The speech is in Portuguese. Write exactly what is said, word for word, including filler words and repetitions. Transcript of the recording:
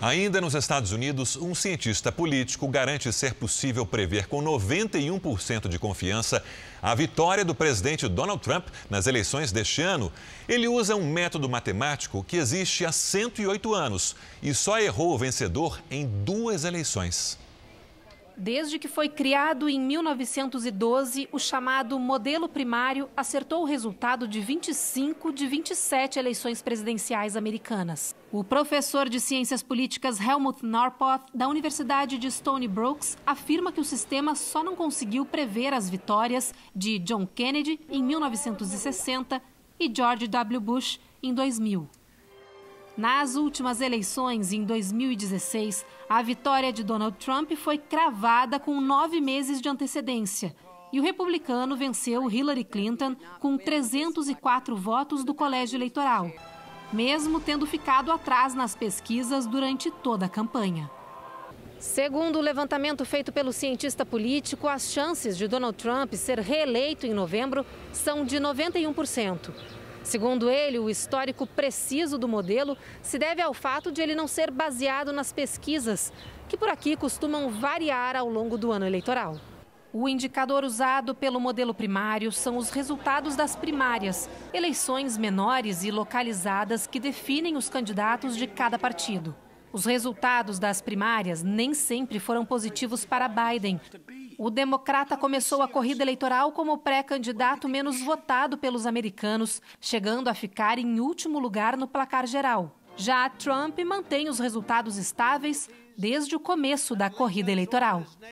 Ainda nos Estados Unidos, um cientista político garante ser possível prever com noventa e um por cento de confiança a vitória do presidente Donald Trump nas eleições deste ano. Ele usa um método matemático que existe há cento e oito anos e só errou o vencedor em duas eleições. Desde que foi criado em mil novecentos e doze, o chamado modelo primário acertou o resultado de vinte e cinco de vinte e sete eleições presidenciais americanas. O professor de Ciências Políticas Helmut Norpoth, da Universidade de Stony Brook, afirma que o sistema só não conseguiu prever as vitórias de John Kennedy em mil novecentos e sessenta e George W. Bush em dois mil. Nas últimas eleições, em dois mil e dezesseis, a vitória de Donald Trump foi cravada com nove meses de antecedência. E o republicano venceu Hillary Clinton com trezentos e quatro votos do colégio eleitoral, mesmo tendo ficado atrás nas pesquisas durante toda a campanha. Segundo o levantamento feito pelo cientista político, as chances de Donald Trump ser reeleito em novembro são de noventa e um por cento. Segundo ele, o histórico preciso do modelo se deve ao fato de ele não ser baseado nas pesquisas, que por aqui costumam variar ao longo do ano eleitoral. O indicador usado pelo modelo primário são os resultados das primárias, eleições menores e localizadas que definem os candidatos de cada partido. Os resultados das primárias nem sempre foram positivos para Biden. O democrata começou a corrida eleitoral como o pré-candidato menos votado pelos americanos, chegando a ficar em último lugar no placar geral. Já Trump mantém os resultados estáveis desde o começo da corrida eleitoral.